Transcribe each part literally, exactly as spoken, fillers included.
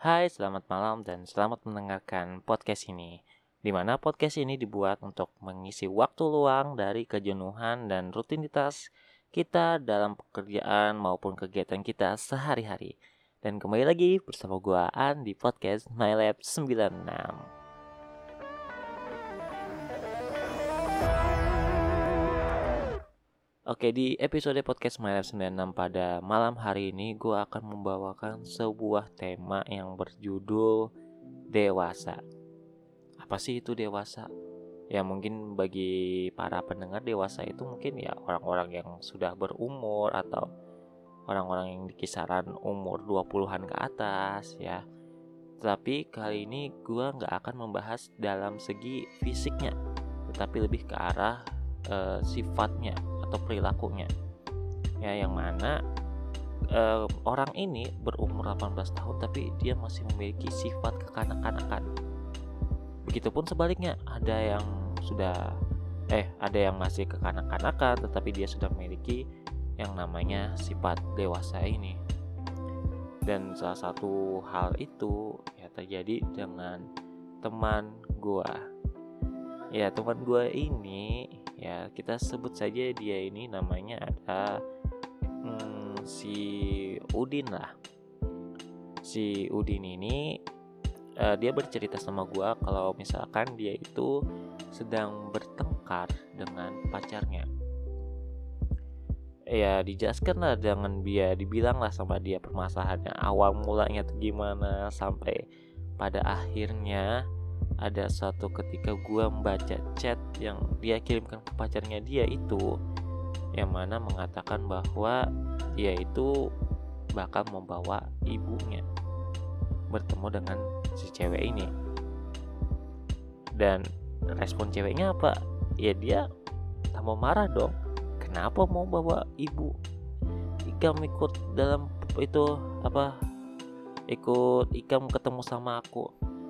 Hai, selamat malam dan selamat mendengarkan podcast ini. Di mana podcast ini dibuat untuk mengisi waktu luang dari kejenuhan dan rutinitas kita dalam pekerjaan maupun kegiatan kita sehari-hari. Dan kembali lagi bersama gua An di podcast My Lab sembilan enam. Oke, di episode podcast My Lab sembilan enam pada malam hari ini gue akan membawakan sebuah tema yang berjudul dewasa. Apa sih itu dewasa? Ya mungkin bagi para pendengar dewasa itu mungkin ya orang-orang yang sudah berumur atau orang-orang yang di kisaran umur dua puluhan ke atas ya. Tapi kali ini gue gak akan membahas dalam segi fisiknya, tetapi lebih ke arah e, sifatnya atau perilakunya. Ya yang mana e, orang ini berumur delapan belas tahun tapi dia masih memiliki sifat kekanak-kanakan. Begitupun sebaliknya, ada yang sudah eh ada yang masih kekanak-kanakan tetapi dia sudah memiliki yang namanya sifat dewasa ini. Dan salah satu hal itu ya terjadi dengan teman gua. Ya teman gua ini ya kita sebut saja dia ini namanya ada hmm, si Udin lah. Si Udin ini uh, dia bercerita sama gue kalau misalkan dia itu sedang bertengkar dengan pacarnya. Ya dijelaskan lah dengan dia, dibilang lah sama dia permasalahannya awal mulanya tuh gimana sampai pada akhirnya ada suatu ketika gue membaca chat yang dia kirimkan ke pacarnya dia itu, yang mana mengatakan bahwa dia itu bakal membawa ibunya bertemu dengan si cewek ini. Dan respon ceweknya apa? Ya dia tambah marah dong. Kenapa mau bawa ibu? Ikam ikut dalam itu apa? Ikut Ikam ketemu sama aku.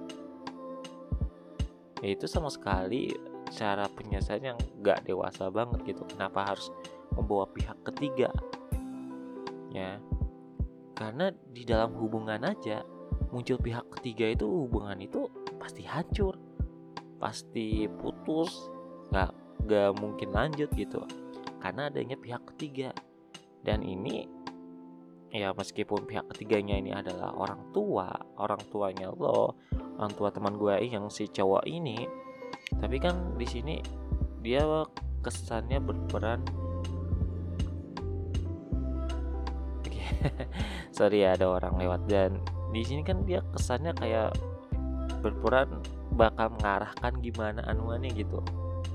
Ya itu sama sekali cara penyelesaian yang gak dewasa banget gitu. Kenapa harus membawa pihak ketiga? Ya, karena di dalam hubungan aja muncul pihak ketiga itu hubungan itu pasti hancur, pasti putus, gak, gak mungkin lanjut gitu. Karena adanya pihak ketiga. Dan ini ya meskipun pihak ketiganya ini adalah orang tua, orang tuanya lo, orang tua teman gue yang si cowok ini, tapi kan di sini dia kesannya berperan sorry ya ada orang lewat. Dan di sini kan dia kesannya kayak berperan bakal mengarahkan gimana anuannya gitu.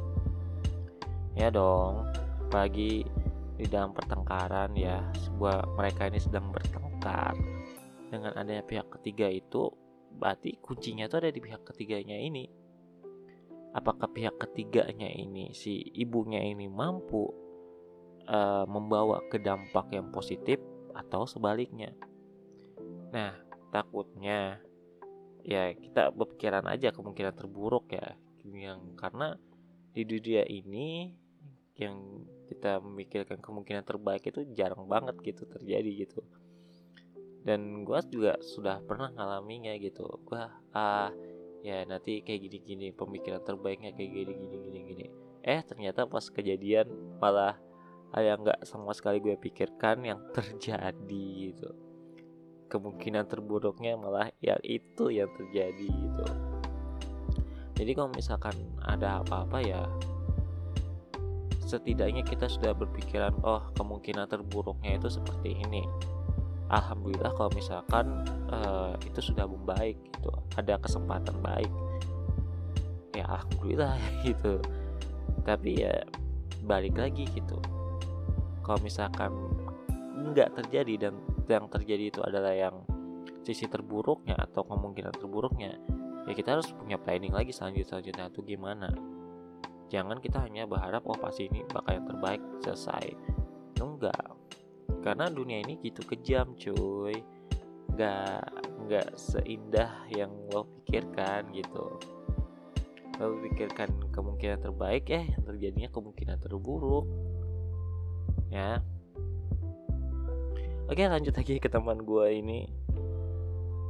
Ya dong, bagi di dalam pertengkaran ya, sebuah mereka ini sedang bertengkar dengan adanya pihak ketiga itu, berarti kuncinya itu ada di pihak ketiganya ini. Apakah pihak ketiganya ini si ibunya ini mampu uh, membawa ke dampak yang positif atau sebaliknya? Nah, takutnya ya kita berpikiran aja kemungkinan terburuk ya, yang karena di dunia ini yang kita memikirkan kemungkinan terbaik itu jarang banget gitu terjadi gitu. Dan gue juga sudah pernah ngalaminya gitu. Gue ah ya nanti kayak gini-gini, pemikiran terbaiknya kayak gini-gini gini-gini. Eh ternyata pas kejadian malah hal yang nggak sama sekali gue pikirkan yang terjadi gitu. Kemungkinan terburuknya malah yang itu yang terjadi gitu. Jadi kalau misalkan ada apa-apa ya setidaknya kita sudah berpikiran, oh kemungkinan terburuknya itu seperti ini. Alhamdulillah kalau misalkan uh, itu sudah membaik gitu, ada kesempatan baik, ya alhamdulillah gitu. Tapi ya balik lagi gitu, kalau misalkan nggak terjadi dan yang terjadi itu adalah yang sisi terburuknya atau kemungkinan terburuknya, ya kita harus punya planning lagi selanjutnya itu gimana. Jangan kita hanya berharap oh pasti ini bakal yang terbaik selesai. Enggak. Karena dunia ini gitu kejam cuy. Enggak enggak seindah yang lo pikirkan gitu. Lo pikirkan kemungkinan terbaik eh yang terjadinya kemungkinan terburuk. Ya. Oke, lanjut lagi ke teman gue ini.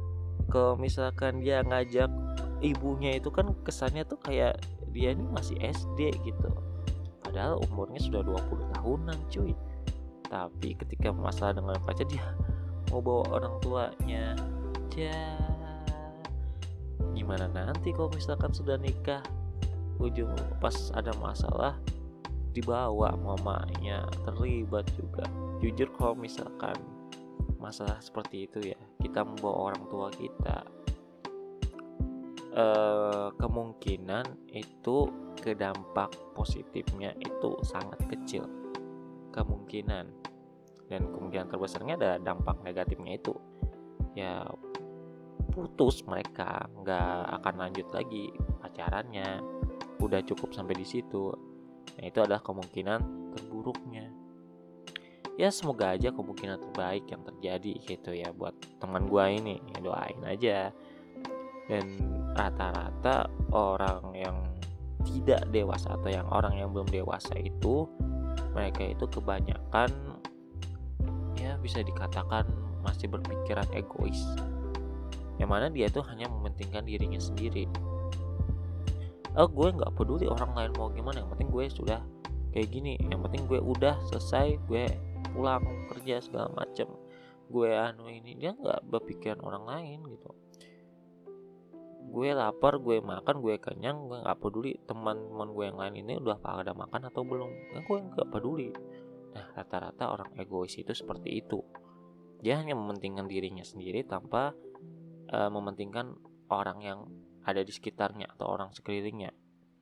Kalau misalkan dia ngajak ibunya itu kan kesannya tuh kayak dia ini masih S D gitu. Padahal umurnya sudah dua puluh tahunan cuy. Tapi ketika masalah dengan pacar dia mau bawa orang tuanya. Ya gimana nanti kalau misalkan sudah nikah, ujung pas ada masalah dibawa mamanya, terlibat juga. Jujur kalau misalkan masalah seperti itu ya, kita membawa orang tua kita, eh, kemungkinan itu ke dampak positifnya itu sangat kecil kemungkinan, dan kemungkinan terbesarnya ada dampak negatifnya itu ya putus, mereka nggak akan lanjut lagi pacarannya, udah cukup sampai di situ. Nah itu adalah kemungkinan terburuknya. Ya semoga aja kemungkinan terbaik yang terjadi gitu ya buat teman gua ini, ya doain aja. Dan rata-rata orang yang tidak dewasa atau yang orang yang belum dewasa itu, mereka itu kebanyakan ya bisa dikatakan masih berpikiran egois, yang mana dia tuh hanya mementingkan dirinya sendiri. Oh gue nggak peduli orang lain mau gimana, yang penting gue sudah kayak gini, yang penting gue udah selesai, gue pulang kerja segala macem, gue anu ini. Dia nggak berpikiran orang lain gitu. Gue lapar, gue makan, gue kenyang, gue nggak peduli teman-teman gue yang lain ini udah pada makan atau belum, nah, gue nggak peduli. Nah rata-rata orang egois itu seperti itu, dia hanya mementingkan dirinya sendiri tanpa uh, mementingkan orang yang ada di sekitarnya atau orang sekelilingnya.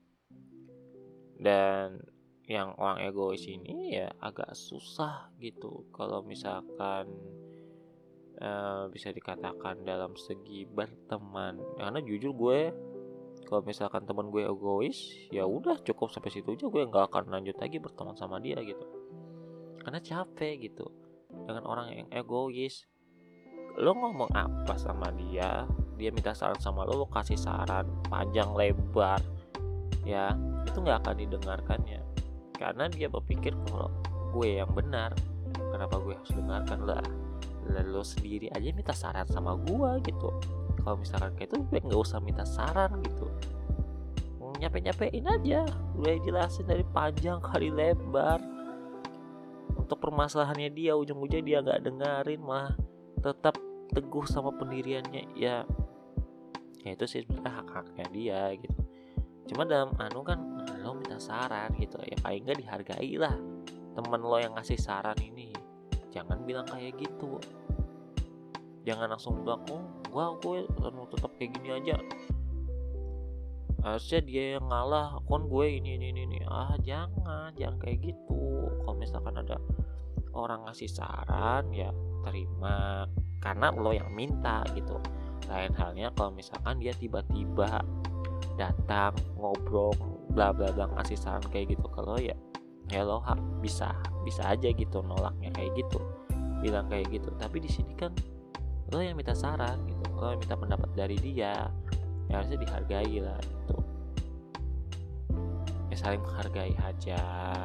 Dan yang orang egois ini ya agak susah gitu kalau misalkan Uh, bisa dikatakan dalam segi berteman, karena jujur gue kalau misalkan teman gue egois ya udah cukup sampai situ aja, gue nggak akan lanjut lagi berteman sama dia gitu, karena capek gitu dengan orang yang egois. Lo ngomong apa sama dia, dia minta saran sama lo, lo kasih saran panjang lebar ya itu nggak akan didengarkannya, karena dia berpikir kalau gue yang benar, kenapa gue harus dengarkan lah, lo sendiri aja minta saran sama gua gitu. Kalau misalkan kayak itu gue nggak usah minta saran gitu, nyape-nyapein aja, udah jelasin dari panjang kali lebar untuk permasalahannya dia, ujung-ujungnya dia nggak dengerin, malah tetap teguh sama pendiriannya. Ya ya itu sih sebenarnya hak-haknya dia gitu. Cuma dalam anu kan lo minta saran gitu ya, paling nggak dihargai lah teman lo yang ngasih saran ini. Jangan bilang kayak gitu, jangan langsung bilang oh gua gue tetap kayak gini aja, harusnya dia yang ngalah, kon gue ini ini ini. Ah jangan jangan kayak gitu. Kalau misalkan ada orang ngasih saran ya terima, karena lo yang minta gitu. Lain halnya kalau misalkan dia tiba-tiba datang ngobrol bla bla bla ngasih saran kayak gitu, kalau ya ya lo ha, bisa bisa aja gitu nolaknya kayak gitu, bilang kayak gitu. Tapi di sini kan lo yang minta saran gitu, lo yang minta pendapat dari dia, ya harusnya dihargai lah gitu. Ya saling menghargai aja,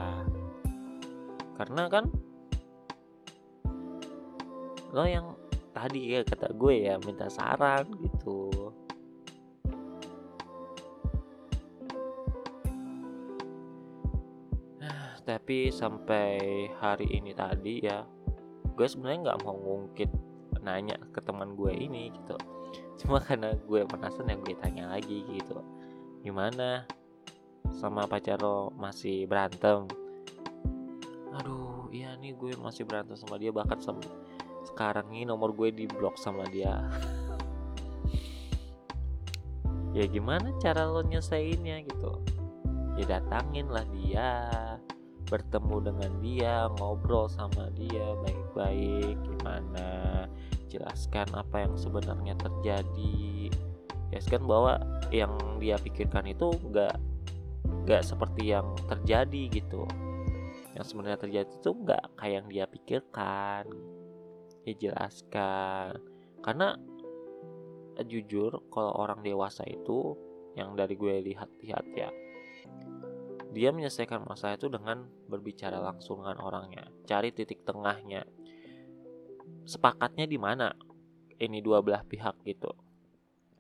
karena kan lo yang tadi ya kata gue ya minta saran gitu. Tapi sampai hari ini tadi ya, gue sebenarnya nggak mau ngungkit nanya ke teman gue ini gitu, cuma karena gue penasaran ya gue tanya lagi gitu, gimana sama pacar lo, masih berantem? Aduh iya nih gue masih berantem sama dia, bahkan sampai sekarang ini nomor gue di blok sama dia. Ya gimana cara lo nyelesainnya gitu? Ya datangin lah dia, bertemu dengan dia, ngobrol sama dia baik-baik, gimana, jelaskan apa yang sebenarnya terjadi, jelaskan bahwa yang dia pikirkan itu nggak nggak seperti yang terjadi gitu, yang sebenarnya terjadi itu nggak kayak yang dia pikirkan. Ya jelaskan, karena jujur kalau orang dewasa itu yang dari gue lihat-lihat ya, dia menyelesaikan masalah itu dengan berbicara langsung dengan orangnya, cari titik tengahnya, sepakatnya di mana ini dua belah pihak gitu.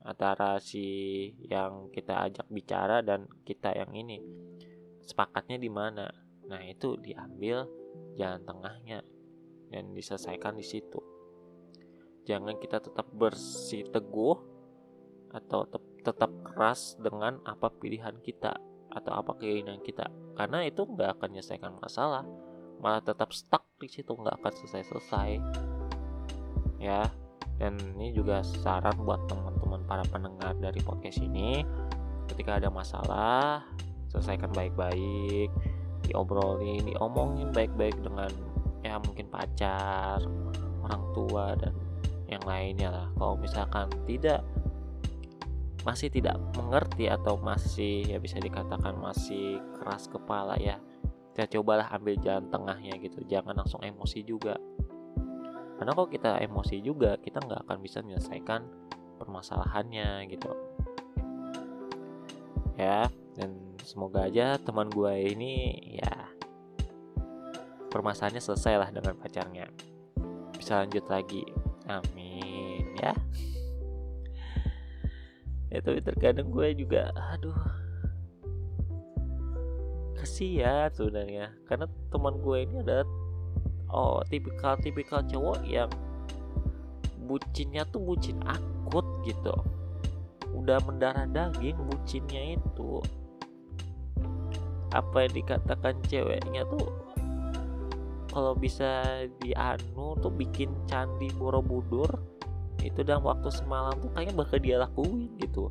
antara si yang kita ajak bicara dan kita yang ini. Sepakatnya di mana? Nah, itu diambil jalan tengahnya dan diselesaikan di situ. Jangan kita tetap bersiteguh atau te- tetap keras dengan apa pilihan kita atau apa keinginan kita, karena itu nggak akan menyelesaikan masalah, malah tetap stuck di situ, nggak akan selesai-selesai ya. Dan ini juga saran buat teman-teman para pendengar dari podcast ini, ketika ada masalah selesaikan baik-baik, diobrolin, diomongin baik-baik dengan ya mungkin pacar, orang tua dan yang lainnya lah. Kalau misalkan tidak masih tidak mengerti atau masih ya bisa dikatakan masih keras kepala ya, kita cobalah ambil jalan tengahnya gitu. Jangan langsung emosi juga, karena kalau kita emosi juga kita nggak akan bisa menyelesaikan permasalahannya gitu ya. Dan semoga aja teman gue ini ya permasalahannya selesai lah dengan pacarnya, bisa lanjut lagi, amin ya. Ya tapi terkadang gue juga aduh kasihan sebenarnya, karena teman gue ini adalah oh tipikal-tipikal cowok yang bucinnya tuh bucin akut gitu, udah mendarah daging bucinnya itu. Apa yang dikatakan ceweknya tuh kalau bisa dianu tuh bikin candi Borobudur itu dalam waktu semalam tuh kayaknya bakal dia lakuin gitu.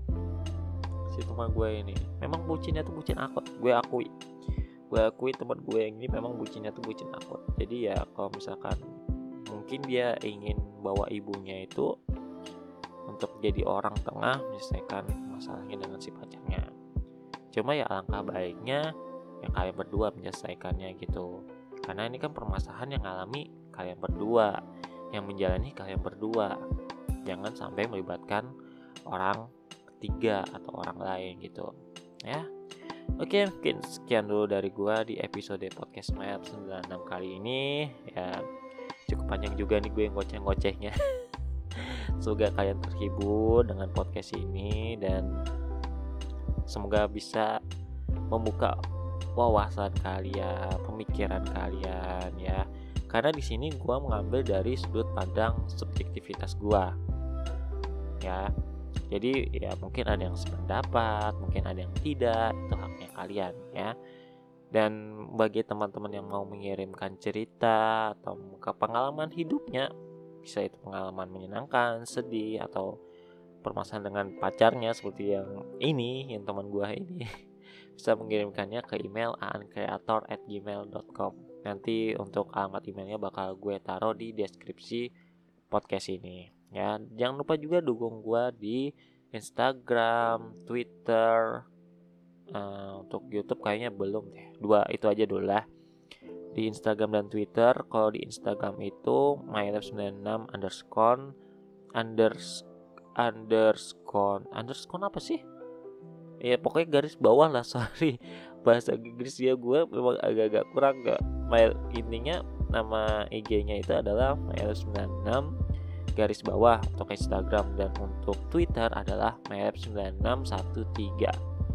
Si teman gue ini memang bucinnya tuh bucin akut, gue akui gue akui teman gue yang ini memang bucinnya tuh bucin akut. Jadi ya kalau misalkan mungkin dia ingin bawa ibunya itu untuk jadi orang tengah menyelesaikan masalahnya dengan si pacarnya, cuma ya alangkah baiknya ya kalian berdua menyelesaikannya gitu, karena ini kan permasalahan yang alami kalian berdua, yang menjalani kalian berdua. Jangan sampai melibatkan orang ketiga atau orang lain gitu ya. Oke, mungkin sekian dulu dari gua di episode podcast Mayap sembilan puluh enam kali ini ya. Cukup panjang juga nih gue ngoceh-ngocehnya. Semoga kalian terhibur dengan podcast ini dan semoga bisa membuka wawasan kalian, pemikiran kalian ya. Karena di sini gue mengambil dari sudut pandang subjektivitas gue, ya. Jadi ya mungkin ada yang sependapat, mungkin ada yang tidak, itu haknya kalian ya. Dan bagi teman-teman yang mau mengirimkan cerita atau pengalaman hidupnya, bisa itu pengalaman menyenangkan, sedih, atau permasalahan dengan pacarnya seperti yang ini, yang teman gue ini, bisa mengirimkannya ke email aancreator at gmail dot com. Nanti untuk alamat emailnya bakal gue taruh di deskripsi podcast ini ya. Jangan lupa juga dukung gue di Instagram, Twitter. Uh, untuk YouTube kayaknya belum deh. Dua itu aja dulu lah. Di Instagram dan Twitter. Kalau di Instagram itu mylab sembilan enam underscore unders underscore underscore apa sih? Ya pokoknya garis bawah lah, sorry. Bahasa Inggris ya gue memang agak-agak kurang gak. Mail intinya nama I G-nya itu adalah mylab sembilan enam garis bawah untuk Instagram, dan untuk Twitter adalah mylab sembilan enam satu tiga.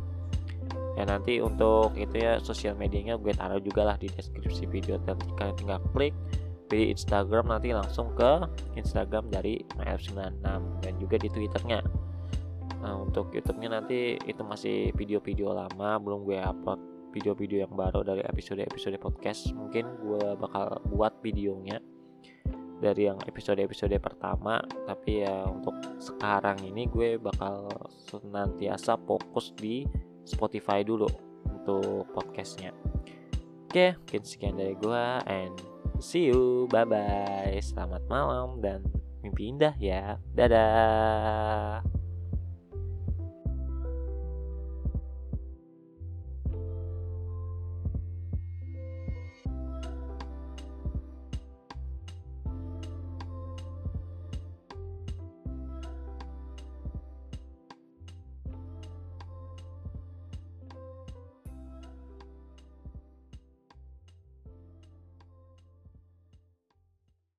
Ya nanti untuk itu ya sosial medianya gue taruh juga lah di deskripsi video, dan kalian tinggal klik di Instagram nanti langsung ke Instagram dari mylab sembilan enam dan juga di Twitternya. Nah untuk YouTube-nya nanti itu masih video-video lama, belum gue upload video-video yang baru dari episode-episode podcast. Mungkin gue bakal buat videonya dari yang episode-episode pertama, tapi ya untuk sekarang ini gue bakal senantiasa fokus di Spotify dulu untuk podcastnya. Oke, mungkin sekian dari gue, and see you, bye bye, selamat malam dan mimpi indah ya, dadah.